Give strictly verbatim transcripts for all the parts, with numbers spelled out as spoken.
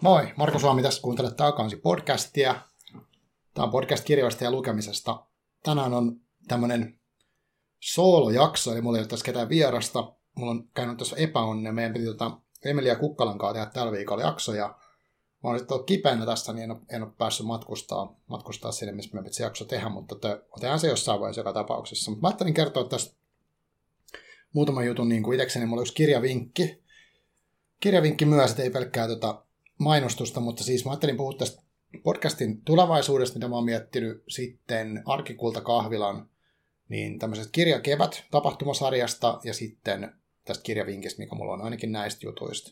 Moi, Marko Suomi tässä, kuuntelet Taakansi podcastia. Tämä on podcast kirjoista ja lukemisesta. Tänään on tämmöinen soolojakso, eli mulla ei ole tässä ketään vierasta. Mulla on käynyt tässä epäonne. Meidän piti tota Emilia Kukkalan kanssa tehdä tällä viikolla jakso, ja mä oon sitten ollut kipeänä tässä, niin en ole, en ole päässyt matkustaa, matkustaa sinne, missä meidän piti se jakso tehdä, mutta te, tehdään se jossain vaiheessa joka tapauksessa. Mutta mä ajattelin kertoa tästä muutaman jutun niin kuin itsekseni. Mulla on yksi kirjavinkki. Kirjavinkki myös, että ei pelkkää tota mainostusta, mutta siis mä ajattelin puhua tästä podcastin tulevaisuudesta, mitä mä oon miettinyt sitten Arkikulta Kahvilan niin tämmöisestä kirjakevät-tapahtumasarjasta ja sitten tästä kirjavinkistä, mikä mulla on ainakin näistä jutuista.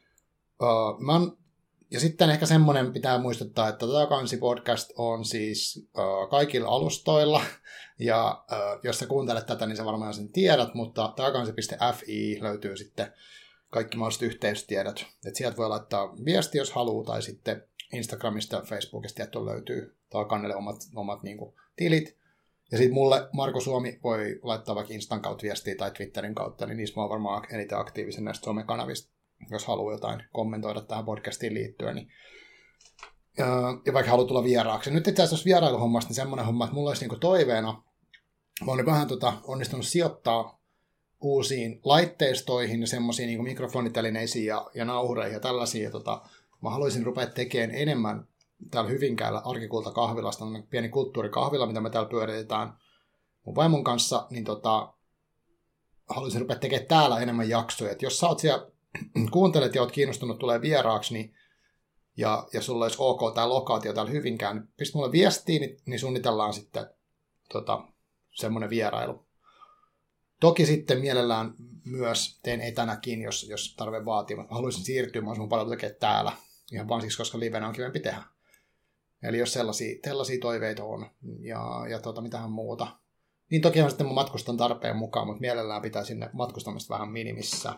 Uh, mä oon, ja sitten ehkä semmoinen pitää muistuttaa, että Taakansi podcast on siis uh, kaikilla alustoilla, ja uh, jos sä kuuntelet tätä, niin sä varmaan sen tiedät, mutta taakansi piste fi löytyy sitten kaikki mahdolliset yhteystiedot. Et sieltä voi laittaa viesti, jos haluaa, tai sitten Instagramista ja Facebookista tietty löytyy Taakannelle omat, omat niin kuin, tilit. Ja sitten mulle Marko Suomi voi laittaa vaikka Instan kautta viestiä tai Twitterin kautta, niin niissä mä oon varmaan eniten aktiivisen näistä somekanavista, jos haluaa jotain kommentoida tähän podcastiin liittyen. Niin. Ja, ja vaikka haluaa tulla vieraaksi. Nyt itse asiassa vierailuhommasta, niin semmoinen homma, että mulla olisi niin kuin toiveena, mä olin vähän tota, onnistunut sijoittaa uusiin laitteistoihin ja semmoisiin niin kuin mikrofonitelineisiin ja, ja nauhureihin ja tällaisia. Ja tota, mä haluaisin rupea tekemään enemmän täällä Hyvinkäällä Arkikulta Kahvilasta, on pieni kulttuurikahvila, mitä me täällä pyöritetään mun vaimon kanssa, niin tota, haluaisin rupea tekemään täällä enemmän jaksoja. Et jos sä oot siellä, kuuntelet ja oot kiinnostunut tulee vieraaksi, niin, ja, ja sulla olisi ok tää lokaatio täällä Hyvinkään, niin pistä mulle viestiä, niin, niin suunnitellaan sitten tota, semmoinen vierailu. Toki sitten mielellään myös teen etänäkin, jos, jos tarve vaatii. Mä haluaisin siirtyä mahdollisimman paljon tekemään täällä. Ihan vaan siksi, koska livenä on kivempi tehdä. Eli jos sellaisia, sellaisia toiveita on ja, ja tota, mitähän muuta. Niin tokihan sitten mä matkustan tarpeen mukaan, mutta mielellään pitää sinne matkustamista vähän minimissä.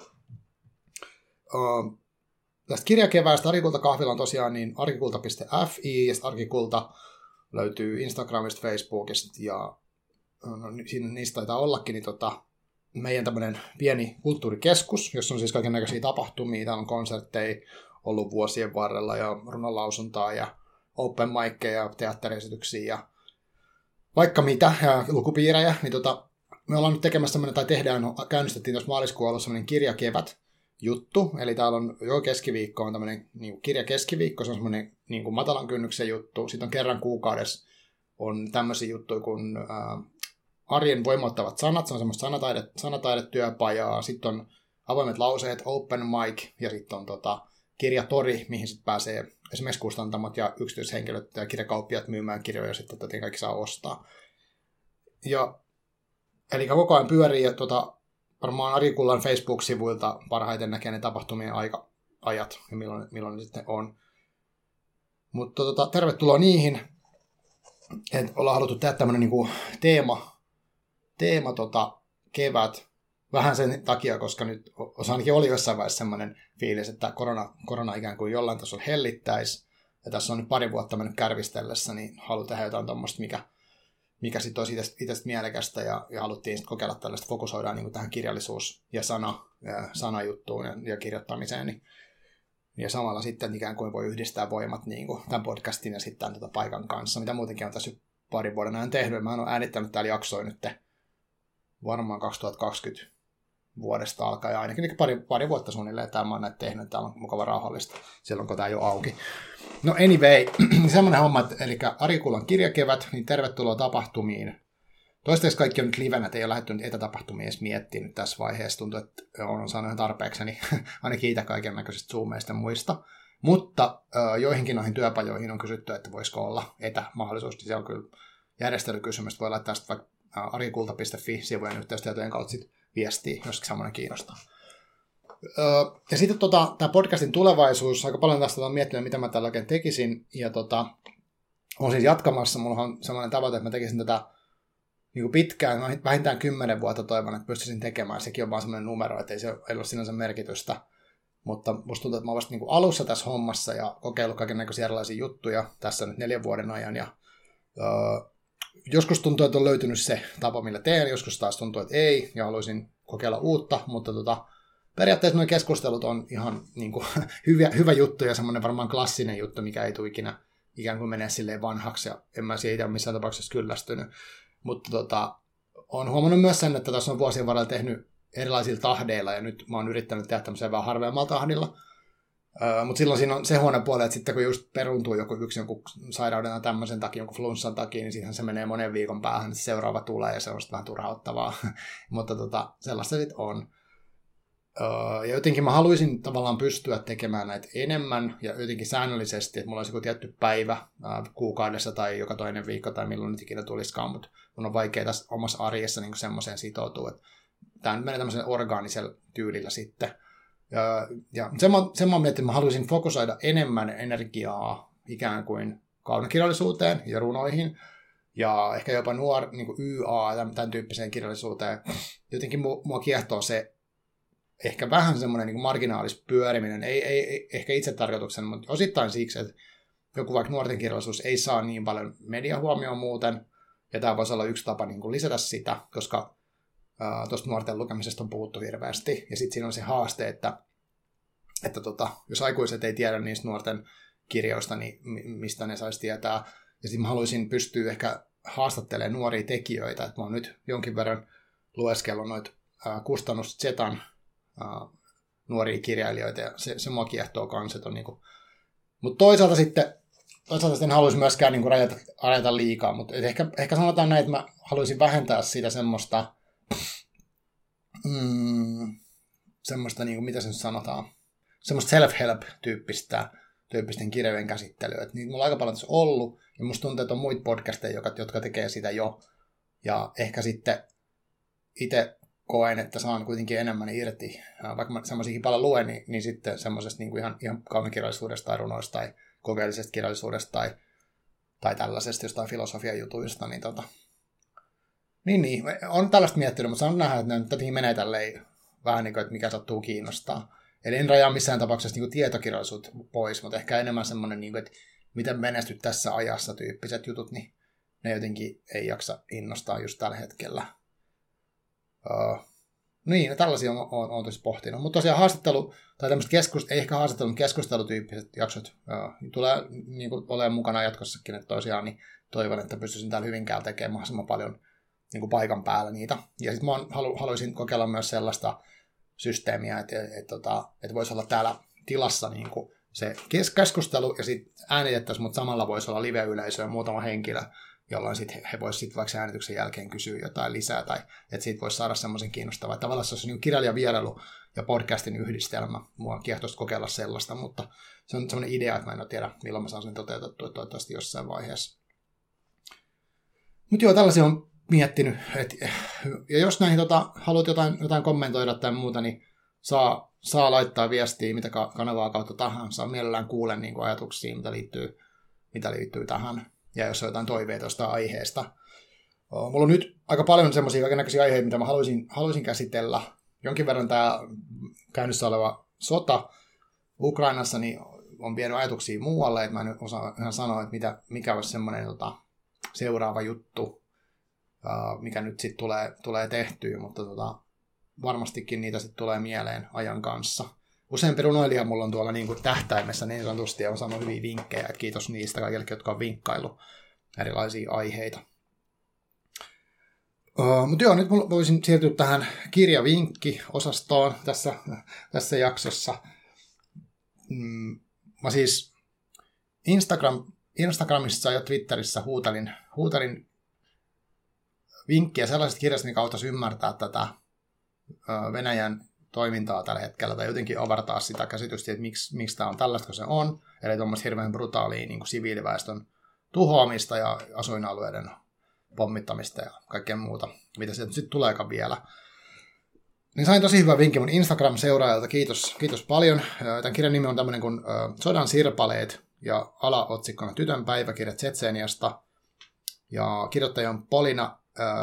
Uh, tästä kirjakeväästä Arkikulta Kahvila on tosiaan niin arkikulta piste fi ja Arkikulta löytyy Instagramista, Facebookista ja no, siinä niistä taitaa ollakin, niin tota, meidän tämmöinen pieni kulttuurikeskus, jossa on siis kaikennäköisiä tapahtumia, täällä on konsertteja ollut vuosien varrella ja runonlausuntaa ja open mickeja ja teatteriesityksiä ja vaikka mitä ja lukupiirejä, niin tota, me ollaan nyt tekemässä tämmöinen, tai tehdään, käynnistettiin tuossa maaliskuun alussa semmoinen kirjakevät juttu, eli täällä on jo keskiviikko on tämmöinen niin kirjakeskiviikko, se on semmoinen niin kuin matalan kynnyksen juttu, sitten on kerran kuukaudessa on tämmöisiä juttuja kuin ää, arjen voimattavat sanat, se on semmoista sanataide, sanataidetyöpajaa, sitten on avoimet lauseet, open mic, ja sitten on tota, kirjatori, mihin sitten pääsee esimerkiksi kustantamot ja yksityishenkilöt ja kirjakauppiat myymään kirjoja, ja sitten tätä kaikki saa ostaa. Ja, eli koko ajan pyörii, ja tota, varmaan Arkikullan Facebook-sivuilta parhaiten näkee ne tapahtumien aika, ajat, ja milloin, milloin ne sitten on. Mutta tota, tervetuloa niihin, että ollaan haluttu tehdä tämmöinen niinku teema, teema tota, kevät, vähän sen takia, koska nyt ainakin oli jossain vaiheessa semmoinen fiilis, että korona, korona ikään kuin jollain tasolla hellittäisi, ja tässä on nyt pari vuotta mennyt kärvistellessä, niin haluan tehdä jotain tuommoista, mikä, mikä sitten olisi itsestä mielekästä, ja, ja haluttiin sitten kokeilla tällaista, fokusoidaan niin kuin tähän kirjallisuus- ja, sana, ja sanajuttuun ja, ja kirjoittamiseen, niin, ja samalla sitten ikään kuin voi yhdistää voimat niin kuin tämän podcastin ja sitten tämän paikan kanssa, mitä muutenkin on tässä parin vuoden ajan tehnyt. Mä oon äänittänyt täällä jaksoja nyt varmaan kaksituhattakaksikymmentä vuodesta alkaen, ja ainakin pari, pari vuotta suunnilleen täällä mä oon näitä tehnyt, täällä on mukava rauhallista, silloin kun tää ei ole auki. No anyway, semmoinen homma, että, eli Arkikullan kirjakevät, niin tervetuloa tapahtumiin. Toistaiseksi kaikki on nyt livenä, että ei ole lähdetty nyt etätapahtumia edes miettinyt tässä vaiheessa, tuntuu, että on saanut ihan tarpeekseni, ainakin itse kaiken näköisistä zoomeista ja muista. Mutta äh, joihinkin noihin työpajoihin on kysytty, että voisiko olla etämahdollisuus, niin se on kyllä järjestelykysymys, voi laittaa sitten vaikka arkikulta piste fi-sivujen yhteystietojen kautta sit viestiä, jos semmoinen kiinnostaa. Öö, ja sitten tota, tämä podcastin tulevaisuus, aika paljon tästä on miettinyt, mitä mä tällä oikein tekisin, ja tota, olen siis jatkamassa, mulla on semmoinen tavoite, että mä tekisin tätä niin kuin pitkään, vähintään kymmenen vuotta toivon, että pystyisin tekemään, sekin on vaan semmoinen numero, että ei se ei ole sinänsä merkitystä, mutta musta tuntuu, että mä oon vasta niin kuin alussa tässä hommassa, ja kokeillut kaikennäköisiä erilaisia juttuja tässä nyt neljän vuoden ajan, ja öö, joskus tuntuu, että on löytynyt se tapa, millä teen, joskus taas tuntuu, että ei, ja haluaisin kokeilla uutta, mutta tota, periaatteessa nuo keskustelut on ihan niin kuin, hyvä, hyvä juttu ja semmoinen varmaan klassinen juttu, mikä ei tule ikinä ikään kuin menee silleen vanhaksi, ja en mä siitä missään tapauksessa kyllästynyt. Mutta tota, olen huomannut myös sen, että tässä on vuosien varrella tehnyt erilaisilla tahdeilla, ja nyt mä oon yrittänyt tehdä tämmöisen vähän harvemmalla tahdilla. Öö, mutta silloin siinä on se huono puoli, että sitten kun just peruuntuu joku yksi jonkun sairauden tai tämmöisen takia, jonkun flunssan takia, niin siitähän se menee monen viikon päähän, että seuraava tulee, ja se on vähän turhauttavaa. Mutta tota, sellaista sitten on. Öö, ja jotenkin mä haluaisin tavallaan pystyä tekemään näitä enemmän ja jotenkin säännöllisesti, että mulla olisi joku tietty päivä ää, kuukaudessa tai joka toinen viikko tai milloin nyt ikinä tulisikaan, mutta mun on vaikea tässä omassa arjessa niin semmoiseen sitoutua. Tämä nyt menee tämmöisen orgaanisella tyylillä sitten. Ja, ja sen, mä, sen mä mietin, että mä haluaisin fokusoida enemmän energiaa ikään kuin kaunokirjallisuuteen ja runoihin ja ehkä jopa nuor, niin kuin Y A, tämän, tämän tyyppiseen kirjallisuuteen. Jotenkin mua, mua kiehtoo se ehkä vähän semmoinen niin marginaalis pyöriminen, ei, ei, ei ehkä itse tarkoituksen, mutta osittain siksi, että joku vaikka nuorten kirjallisuus ei saa niin paljon mediahuomioon muuten, ja tämä voisi olla yksi tapa niin kuin lisätä sitä, koska ää, tuosta nuorten lukemisesta on puhuttu hirveästi, ja sitten siinä on se haaste, että, että tota, jos aikuiset ei tiedä niistä nuorten kirjoista, niin mistä ne saisi tietää, ja sitten mä haluaisin pystyä ehkä haastattelemaan nuoria tekijöitä, että mä oon nyt jonkin verran lueskellut noita Kustannus Zetan Uh, nuoria kirjailijoita, ja se, se mua kiehtoo kans, että on niinku... Mutta toisaalta sitten, toisaalta sitten en haluaisi myöskään niinku rajata, rajata liikaa, mutta ehkä, ehkä sanotaan näin, että mä haluaisin vähentää sitä semmoista, mm, semmoista niinku, mitä se nyt sanotaan, semmoista self-help-tyyppistä, tyyppisten kirjojen käsittelyä, että niitä mulla on aika paljon tässä ollut, ja musta tuntuu, että on muita podcasteja, jotka, jotka tekee sitä jo, ja ehkä sitten itse koen, että saan kuitenkin enemmän irti. Vaikka mä semmoisiakin paljon luen, niin, niin sitten semmoisesta niin kuin ihan, ihan kaunikirjallisuudesta tai runoista tai kokeellisesta kirjallisuudesta tai, tai tällaisesta jostain filosofian jutuista. Niin, tota, niin, niin, on tällaista miettinyt, mutta saan nähdä, että tätäkin menee tälleen vähän niin kuin, että mikä sattuu kiinnostaa. Eli en rajaa missään tapauksessa niin kuin tietokirjallisuutta pois, mutta ehkä enemmän semmoinen, niin kuin, että miten menestyt tässä ajassa tyyppiset jutut, niin ne jotenkin ei jaksa innostaa just tällä hetkellä. Uh, niin, tällaisia on, on, on tosi pohtinut. Mutta tosiaan haastattelu, tai tämmöiset keskus, ei ehkä haastattelu, mutta keskustelutyyppiset jaksot uh, tulee niin kuin, olemaan mukana jatkossakin, että tosiaan niin toivon, että pystyisin täällä Hyvinkäällä tekemään mahdollisimman paljon niin kuin paikan päällä niitä. Ja sitten mä halu, haluaisin kokeilla myös sellaista systeemiä, että, että, että, että voisi olla täällä tilassa niin kuin se keskustelu, ja sitten äänitettäisiin, mutta samalla voisi olla live-yleisö ja muutama henkilö, jolloin sit he voisivat sitten vaikka äänityksen jälkeen kysyä jotain lisää, tai että siitä voisi saada semmoisen kiinnostavaa. Tavallaan se olisi niin kirjailijavierailu ja podcastin yhdistelmä. Mua kiehtoisi kokeilla sellaista, mutta se on semmoinen idea, että mä en ole tiedä, milloin mä saan sen toteutettua, toivottavasti jossain vaiheessa. Mutta joo, tällaisia on miettinyt. Et, ja jos näihin tota, haluat jotain, jotain kommentoida tai muuta, niin saa, saa laittaa viestiä, mitä kanavaa kautta tahansa. Mielellään kuulen niin kuin ajatuksia, mitä liittyy, mitä liittyy tähän. Ja jos on jotain toiveita tuosta aiheesta. Mulla on nyt aika paljon semmoisia kaikennäköisiä aiheita, mitä mä haluaisin, haluaisin käsitellä. Jonkin verran tämä käynnissä oleva sota Ukrainassa niin on vienyt ajatuksia muualle, että mä en osaa ihan sanoa, että mitä, mikä olisi semmoinen tota, seuraava juttu, mikä nyt sitten tulee, tulee tehtyä, mutta tota, varmastikin niitä sitten tulee mieleen ajan kanssa. Useampi runoilija mulla on tuolla niin kuin tähtäimessä niin sanotusti, ja on saanut hyviä vinkkejä, että kiitos niistä kaikille, jotka on vinkkaillut erilaisia aiheita. Uh, mutta joo, nyt mulla voisin siirtyä tähän kirjavinkki-osastoon tässä, tässä jaksossa. Mm, mä siis Instagram, Instagramissa ja Twitterissä huutelin, huutelin vinkkiä sellaisesta kirjasta, mikä auttaisi ymmärtää tätä uh, Venäjän toimintaa tällä hetkellä, tai jotenkin avartaa sitä käsitystä, että miksi, miksi tämä on tällaista, kun se on, eli tuommoista hirveän brutaalia niin kuin siviiliväestön tuhoamista ja asuinalueiden pommittamista ja kaikkea muuta, mitä sieltä sitten tuleekaan vielä. Niin sain tosi hyvän vinkin mun Instagram-seuraajalta, kiitos, kiitos paljon. Tämän kirjan nimi on tämmöinen kuin Sodan sirpaleet, ja alaotsikkona Tytön päiväkirja Tsetseeniasta, ja kirjoittaja on Polina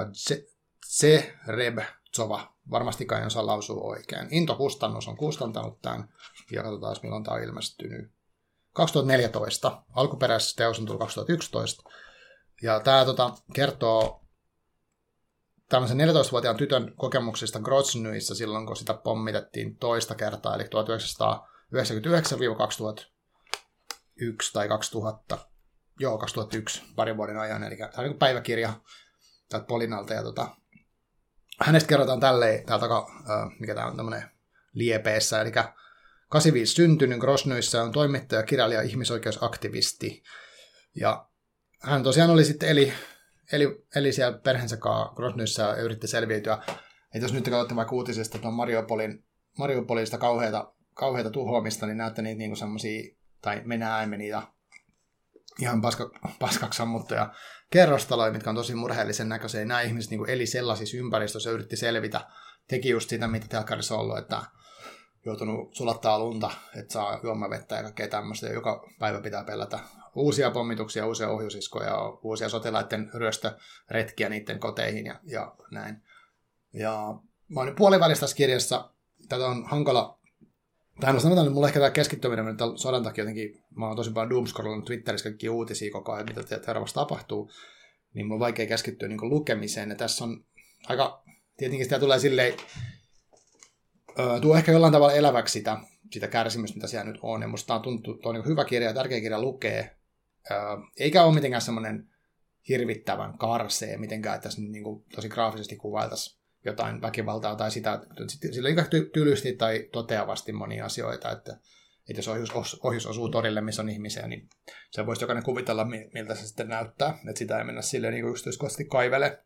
Tserebtsova. Varmastikaan en osaa lausua oikein. Into Kustannus on kustantanut tämän, ja katsotaan milloin tämä on ilmestynyt. kaksituhattaneljätoista. Alkuperäisessä teos on tullut kaksituhattayksitoista. Ja tämä tota, kertoo tämmöisen neljätoistavuotiaan tytön kokemuksista Groznyissa silloin, kun sitä pommitettiin toista kertaa, eli tuhatyhdeksänsataayhdeksänkymmentäyhdeksän kaksituhattayksi tai kaksituhatta, joo, kaksituhattayksi, parin vuoden ajan, eli tämä on niin päiväkirja tältä Polinalta, ja tota, hänestä kerrotaan tälleen, täältä, mikä tämä on tämmöinen liepeessä, eli kahdeksankymmentäviisi syntynyt Groznyissä, on toimittaja, kirjailija, ihmisoikeusaktivisti, ja hän tosiaan oli sitten, eli, eli, eli siellä perheensä kanssa Groznyissä ja yritti selviytyä. Et jos nyt katsotte vaikka uutisista tuon Mariupolin, Mariupolista kauheita, kauheita tuhoamista, niin näette niitä niinku semmosia, tai me näemme niitä ihan paska, paskaksi sammuttuja kerrostaloja, mitkä on tosi murheellisen näköisiä. Nämä ihmiset niinku eli sellaisissa ympäristöissä ja yritti selvitä. Teki just sitä, mitä telkkarissa on ollut, että joutunut sulattaa lunta, että saa juomavettä ja kaikkea tämmöistä. Ja joka päivä pitää pelätä uusia pommituksia, uusia ohjusiskoja, uusia sotilaiden ryöstöretkiä niiden koteihin ja, ja näin. Ja mä oon nyt puolivälissä tässä kirjassa. Tätä on hankala, tai no sanotaan, että mulla ehkä tämä keskittyminen nyt sodan takia jotenkin, mä oon tosi paljon doomscrollannut Twitterissä kaikkia uutisia koko ajan, mitä seuraavassa tapahtuu, niin mulla on vaikea keskittyä niin kuin lukemiseen. Ja tässä on aika, tietenkin sitä tulee silleen, öö, tuo ehkä jollain tavalla eläväksi sitä, sitä kärsimystä, mitä siellä nyt on. Ja musta tämä on tuntuu, tuo on niin hyvä kirja ja tärkeä kirja lukee. Öö, eikä ole mitenkään semmoinen hirvittävän karsee mitenkään, että tässä niin kuin tosi graafisesti kuvailtaisiin jotain väkivaltaa tai sitä, sillä on ty- tylysti tai toteavasti monia asioita, että, että jos ohjus, ohjus osuu torille, missä on ihmisiä, niin se voisi jokainen kuvitella, miltä se sitten näyttää, että sitä ei mennä silleen niin yksityiskohtaisesti kaivele.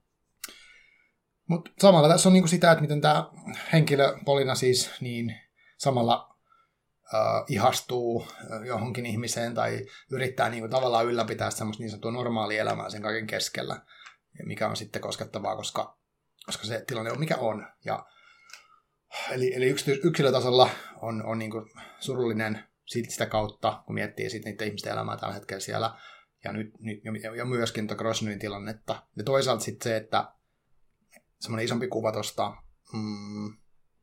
Mutta samalla tässä on niin kuin sitä, että miten tämä henkilö Polina siis niin samalla äh, ihastuu johonkin ihmiseen tai yrittää niin kuin tavallaan ylläpitää semmoista niin sanottua normaalia elämää sen kaiken keskellä, mikä on sitten koskettavaa, koska koska se tilanne on mikä on. Ja, eli eli yksityis- yksilötasolla on, on niin kuin surullinen sitä kautta, kun miettii sitten niiden ihmisten elämää tällä hetkellä siellä, ja, nyt, nyt, ja, ja myöskin tuota Groznyin tilannetta. Ja toisaalta sitten se, että semmoinen isompi kuva tuosta mm,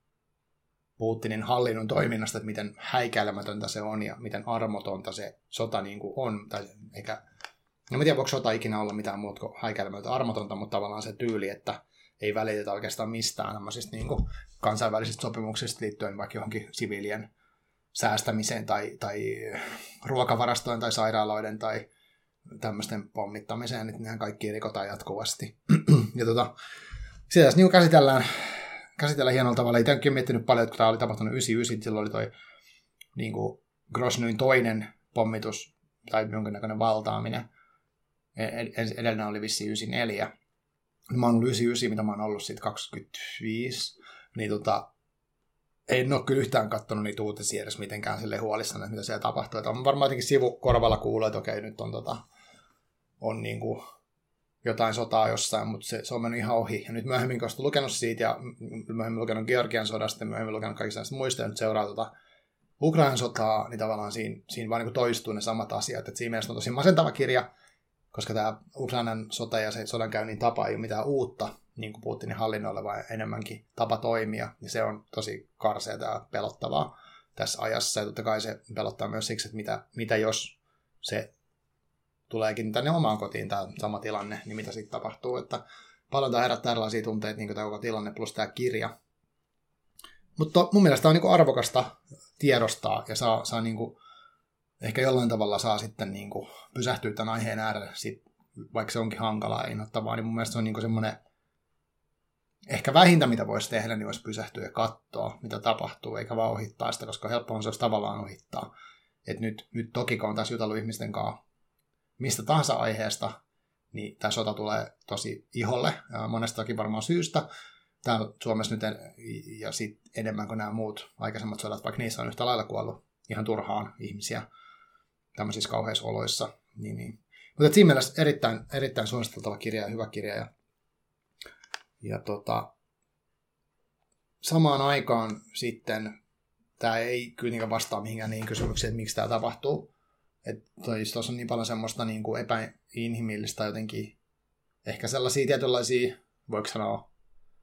Putinin hallinnon toiminnasta, että miten häikäilemätöntä se on, ja miten armotonta se sota niin kuin on. Tai eikä, en tiedä, voiko sota ikinä olla mitään muuta kuin häikäilemätöntä armotonta, mutta tavallaan se tyyli, että ei välitetä oikeastaan mistään tämmöisistä niin kuin kansainvälisistä sopimuksista liittyen vaikka johonkin siviilien säästämiseen tai, tai ruokavarastojen tai sairaaloiden tai tämmöisten pommittamiseen, niin nehän kaikki rikotaan jatkuvasti. Ja tota, sitä tässä niin käsitellään, käsitellään hienolla tavalla. Itse olen miettinyt paljon, että kun tämä oli tapahtunut yhdeksänkymmentäyhdeksän, silloin oli toi niin kuin Groznyin toinen pommitus tai jonkinnäköinen valtaaminen. Edellinen oli vissiin yhdeksänkymmentäneljä. Mä oon ollut yhdeksänkymmentäyhdeksän, mitä mä oon ollut siitä kaksikymmentäviisi, niin tota, en ole kyllä yhtään katsonut niitä uutisia edes mitenkään silleen huolissaan, että mitä siellä tapahtuu. Että on varmaan jotenkin sivukorvalla kuullut, että okei, nyt on, tota, on niinku jotain sotaa jossain, mutta se, se on mennyt ihan ohi. Ja nyt myöhemmin, kun olen lukenut siitä, ja myöhemmin lukenut Georgian sodasta, ja myöhemmin lukenut kaikista näistä muista, ja nyt seuraa tota Ukrainan sotaa, niin tavallaan siinä, siinä vaan niin toistuu ne samat asiat. Et siinä mielessä on tosi masentava kirja, koska tämä Ukrainan sota ja se sodankäynnin tapa ei ole mitään uutta niin kuin Putinin hallinnolle, vaan enemmänkin tapa toimia. Ja se on tosi karseata ja pelottavaa tässä ajassa. Ja totta kai se pelottaa myös siksi, että mitä, mitä jos se tuleekin tänne omaan kotiin tämä sama tilanne, niin mitä sitten tapahtuu. Että paljon tämä herättää erilaisia tunteita, niin kuin tämä koko tilanne plus tämä kirja. Mutta mun mielestä on niin kuin arvokasta tiedostaa ja saa, saa niin kuin ehkä jollain tavalla saa sitten niin kuin pysähtyä tämän aiheen äärelle, sit, vaikka se onkin hankalaa ja innoittavaa, niin mun mielestä se on niin kuin semmoinen, ehkä vähintä mitä voisi tehdä, niin voisi pysähtyä ja katsoa, mitä tapahtuu, eikä vaan ohittaa sitä, koska helppoa se olisi tavallaan ohittaa. Et nyt, nyt toki, kun on taas jutellut ihmisten kanssa mistä tahansa aiheesta, niin tämä sota tulee tosi iholle, ja monestakin varmaan syystä. Täällä Suomessa nyt, ja sit enemmän kuin nämä muut aikaisemmat sodat, vaikka niissä on yhtä lailla kuollut ihan turhaan ihmisiä tämmöisissä kauheissa oloissa. Niin, niin. Mutta siinä mielessä erittäin, erittäin suositeltava kirja ja hyvä kirja. Ja, ja tota, samaan aikaan sitten tämä ei kyllä vastaa mihinkään niihin kysymyksiin, että miksi tämä tapahtuu. Tuossa on niin paljon semmoista niin kuin epäinhimillistä jotenkin, ehkä sellaisia tietynlaisia, voiko sanoa,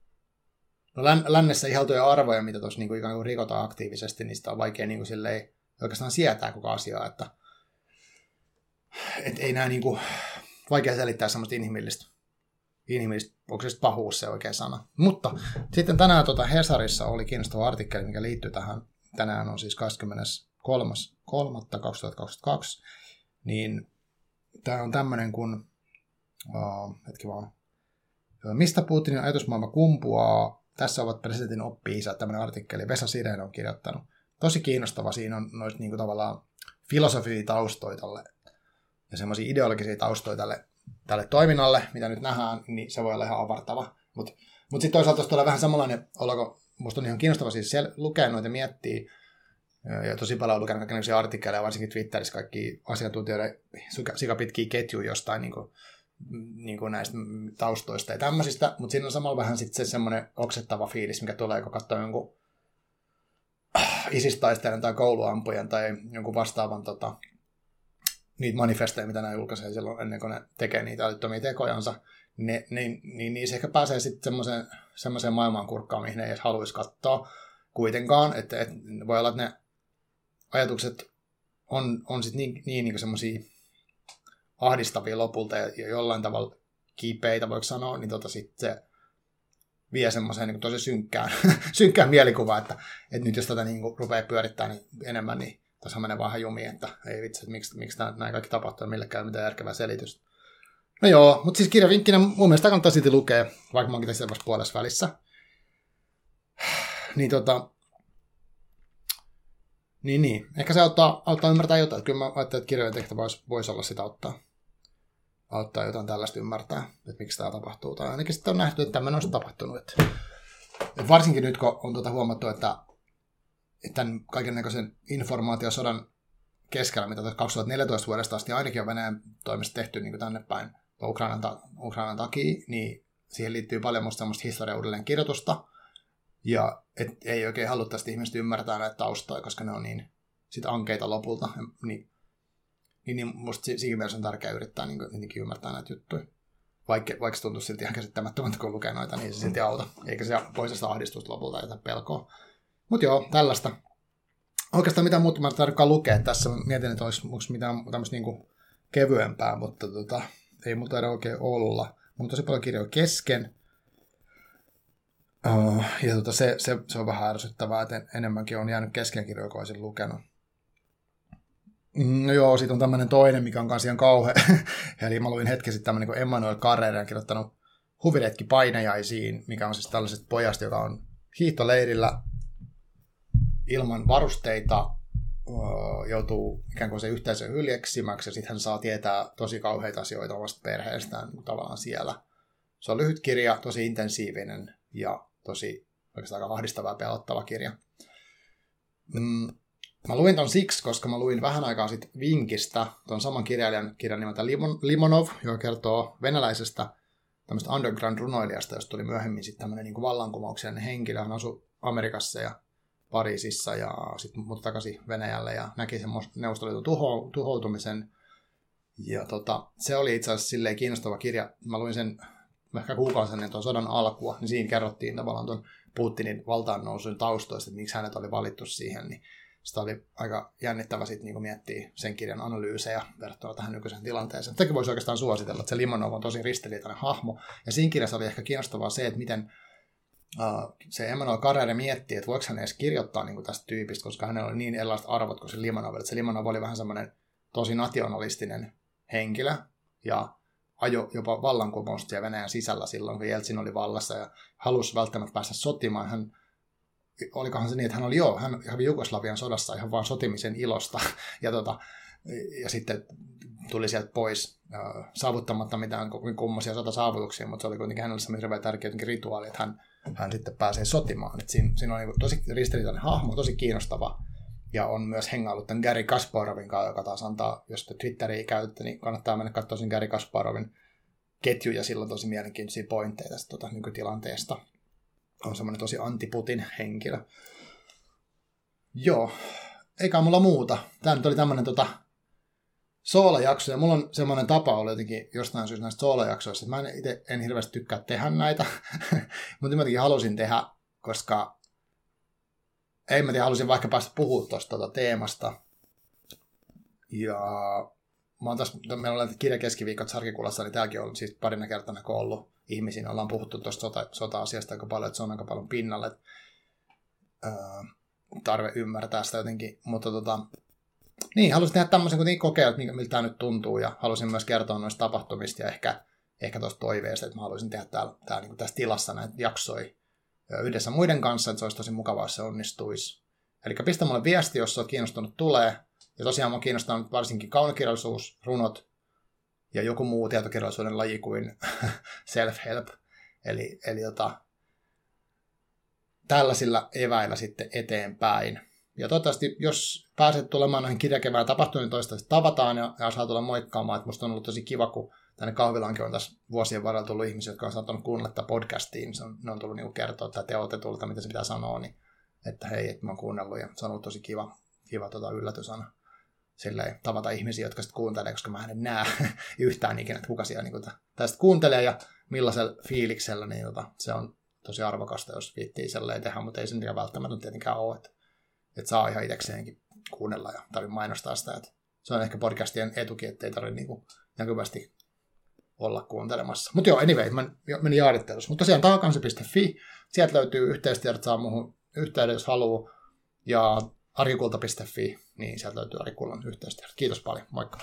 no lännessä ihaltuja arvoja, mitä tuossa niin kuin ikään kuin rikotaan aktiivisesti, niin sitä on vaikea niin kuin silleen oikeastaan sietää koko asiaa, että et ei nää niinku, vaikea selittää semmoista inhimillistä, inhimillistä, onko se pahuus se oikea sana. Mutta sitten tänään tuota Hesarissa oli kiinnostava artikkeli, mikä liittyy tähän. Tänään on siis kahdeskymmeneskolmas kolmatta kaksituhattakaksikymmentäkaksi. Niin tämä on tämmöinen kuin, uh, hetki vaan, mistä Putinin ajatusmaailma kumpuaa. Tässä ovat presidentin oppi-isät, tämmöinen artikkeli. Vesa Sirén on kirjoittanut. Tosi kiinnostava. Siinä on noista niin kuin tavallaan filosofisia taustoja tälle ja semmoisia ideologisia taustoja tälle, tälle toiminnalle, mitä nyt nähdään, niin se voi olla ihan avartava. Mutta mut sitten toisaalta tuossa tulee vähän samanlainen, ollaanko, musta on ihan kiinnostava siis sel- lukea noita ja miettiä, ja tosi paljon on lukenut kaikenlaisia artikkeleja, varsinkin Twitterissä kaikki asiantuntijoiden sikapitkiä ketjuja jostain niin kuin, niin kuin näistä taustoista ja tämmöisistä, mutta siinä on samalla vähän sitten se semmoinen oksettava fiilis, mikä tulee, kun katsoo jonkun isistaistelijan tai kouluampujan tai jonkun vastaavan tota, niitä manifesteja, mitä nämä julkaisee silloin ennen kuin ne tekee niitä älyttömiä tekojansa, niin, niin, niin niissä ehkä pääsee sitten semmoiseen, semmoiseen maailmankurkkaan, mihin ei edes haluaisi katsoa kuitenkaan, että, että voi olla, että ne ajatukset on, on sitten niin, niin, niin semmoisia ahdistavia lopulta ja jollain tavalla kipeitä, voiko sanoa, niin tota sitten se vie semmoiseen niin tosi synkkään, synkkään mielikuvaan, että, että nyt jos tätä niin rupeaa pyörittämään niin enemmän, niin tässä menee vähän jumiin, että ei vitsi, että miksi, miksi nämä kaikki tapahtuu ja millekään mitään järkevää selitystä. No joo, mutta siis kirjavinkkinä mun mielestä kannattaa silti lukea, vaikka mä oonkin tässä vasta puolessa välissä. Niin tota, niin niin, ehkä se auttaa, auttaa ymmärtää jotain. Kyllä mä ajattelen, että kirjojen tehtävä voisi vois olla sitä auttaa. Auttaa jotain tällaista ymmärtää, että miksi tämä tapahtuu. Tai ainakin sitten on nähty, että tämmöinen olisi tapahtunut. Että, että varsinkin nyt, kun on tuota huomattu, että, että tämän kaikennäköisen informaatiosodan keskellä, mitä kaksituhattaneljätoista vuodesta asti ainakin on Venäjän toimesta tehty niin tänne päin Ukrainan, ta- Ukrainan takia, niin siihen liittyy paljon musta semmoista historian uudelleen kirjoitusta. Ja et ei oikein haluttaisi ihmiset ymmärtää näitä taustoja, koska ne on niin sit ankeita lopulta. Niin, niin, niin musta siinä mielessä on tärkeää yrittää niin kuin, ymmärtää näitä juttuja. Vaikka, vaikka se tuntuu silti ihan käsittämättömältä, kun lukee noita, niin se silti auta. Eikä se poista sitä ahdistusta lopulta jotain pelkoa. Mutta joo, tällaista. Oikeastaan mitään muuta mä tarvitsekaan lukea tässä. Mietin, että olisi mitään tämmöistä niinku kevyempää, mutta tota, ei muuta taida oikein olla. Mulla on tosi paljon kirjoja kesken. Uh, ja tota, se, se, se on vähän ärsyttävää, että enemmänkin on jäänyt kesken kirjoja, kun olisin lukenut. No joo, sitten on tämmöinen toinen, mikä on kanssa ihan kauhea. Eli mä luin hetki sitten tämmöinen kuin Emmanuel Carrère on kirjoittanut Huviretki painajaisiin, mikä on siis tällaiset pojasta, joka on hiihtoleirillä ilman varusteita, joutuu ikään kuin se yhteisön hyljeksimäksi, ja sitten hän saa tietää tosi kauheita asioita omasta perheestään niin tavallaan siellä. Se on lyhyt kirja, tosi intensiivinen ja tosi oikeastaan aika ahdistava ja pelottava kirja. Mm, mä luin ton siksi, koska mä luin vähän aikaa sitten Vinkistä, ton saman kirjailijan kirjan nimeltä Limonov, joka kertoo venäläisestä tämmöistä underground-runoilijasta, josta tuli myöhemmin sitten tämmöinen niin kuin vallankumouksellinen henkilö. Hän asui Amerikassa ja Pariisissa ja sitten muuta takaisin Venäjälle ja näki sen Neuvostoliiton tuho, tuhoutumisen. Ja tota, se oli itse asiassa silleen kiinnostava kirja. Mä luin sen ehkä kuukausi ennen tuon sodan alkua, niin siinä kerrottiin tavallaan tuon Putinin valtaan nousun taustoista, että miksi hänet oli valittu siihen. Niin sitä oli aika jännittävä sitten niin miettiä sen kirjan analyysejä verrattuna tähän nykyiseen tilanteeseen. Tätäkin voisi oikeastaan suositella, että se Limonov on tosi ristiriitainen hahmo. Ja siinä kirjassa oli ehkä kiinnostavaa se, että miten Uh, se Emmanuel Carrère miettii, että voiko hän edes kirjoittaa niin kuin tästä tyypistä, koska hänellä oli niin erilaiset arvot kuin se Limonov. Että se Limonov oli vähän semmoinen tosi nationalistinen henkilö ja ajo jopa vallankumousta siellä Venäjän sisällä silloin, kun Jeltsin oli vallassa ja halusi välttämättä päästä sotimaan. Hän, olikohan se niin, että hän oli joo, hän kävi Jugoslavian sodassa ihan vaan sotimisen ilosta ja, tota, ja sitten tuli sieltä pois uh, saavuttamatta mitään kummoisia sotasaavutuksia, mutta se oli kuitenkin hänelle semmoinen hirveän tärkeä rituaali, että hän hän sitten pääsee sotimaan. Et siinä, siinä on niin tosi ristiriitainen hahmo, tosi kiinnostava, ja on myös hengaillut tämän Garry Kasparovin kanssa, joka taas antaa, jos te Twitteriä käytätte, niin kannattaa mennä katsoa sen Garry Kasparovin ketjuja, sillä on tosi mielenkiintoisia pointteja tästä tota, nykytilanteesta. On semmoinen tosi anti-Putin henkilö. Joo, eikä mulla muuta. Tämä nyt oli tämmöinen tota, soolajakso, ja mulla on semmoinen tapa ollut jotenkin jostain syystä näistä soolajaksoista, että mä itse en hirveästi tykkää tehdä näitä, mutta mä jotenkin halusin tehdä, koska ei mä tiedä, halusin vaikka päästä puhua tuosta tuota teemasta, ja mä oon tässä, meillä on kirjakeskiviikot Sarkikulassa, niin täälläkin on siis parina kertana, kun on ollut ihmisiä, ollaan puhuttu tuosta sota, sota-asiasta aika paljon, että se on aika paljon pinnalle, että, ää, tarve ymmärtää sitä jotenkin, mutta tota, niin, halusin tehdä tämmöisen kuitenkin kokeilla, että miltä tämä nyt tuntuu, ja halusin myös kertoa noista tapahtumista, ja ehkä, ehkä tuosta toiveesta, että mä haluaisin tehdä täällä, täällä niin kuin tässä tilassa näitä jaksoja yhdessä muiden kanssa, että se olisi tosi mukavaa, jos se onnistuisi. Eli pistä mulle viesti, jos olet kiinnostunut tulee. Ja tosiaan minua kiinnostaa nyt varsinkin kaunokirjallisuus, runot ja joku muu tietokirjallisuuden laji kuin self-help. Eli, eli tota, tällaisilla eväillä sitten eteenpäin. Ja toivottavasti, jos pääset tulemaan noihin kirjakevään tapahtumiin, niin toistaiseksi tavataan ja, ja saa tulla moikkaamaan. Että musta on ollut tosi kiva, kun tänne kahvilaankin on tässä vuosien varrella tullut ihmisiä, jotka on saattanut kuunnella tätä podcastiin. Se on, ne on tullut niin kertoa tätä teotetulta, mitä se pitää sanoa, niin että hei, että mä oon kuunnellut ja se on ollut tosi kiva, kiva tota yllätysana. Silleen tavata ihmisiä, jotka sitten kuuntelee, koska mä en näe yhtään ikinä, että kuka siellä niin tästä kuuntelee ja millaisella fiiliksellä, niin jota, se on tosi arvokasta, jos viittii silleen tehdä, mutta ei se niin välttämättä tietenkään ole, että, että saa ihan itsekseenkin kuunnella ja tarvitse mainostaa sitä, että se on ehkä podcastien etukin, että ei tarvitse niin näkyvästi olla kuuntelemassa. Mutta joo, anyway, mä menin jaarittelussa. Mutta tosiaan taakansi piste fi, sieltä löytyy yhteistiedot, saa muuhun yhteyden, jos haluaa, ja arikulta piste fi, niin sieltä löytyy Arikullan yhteistyötä. Kiitos paljon, moikka!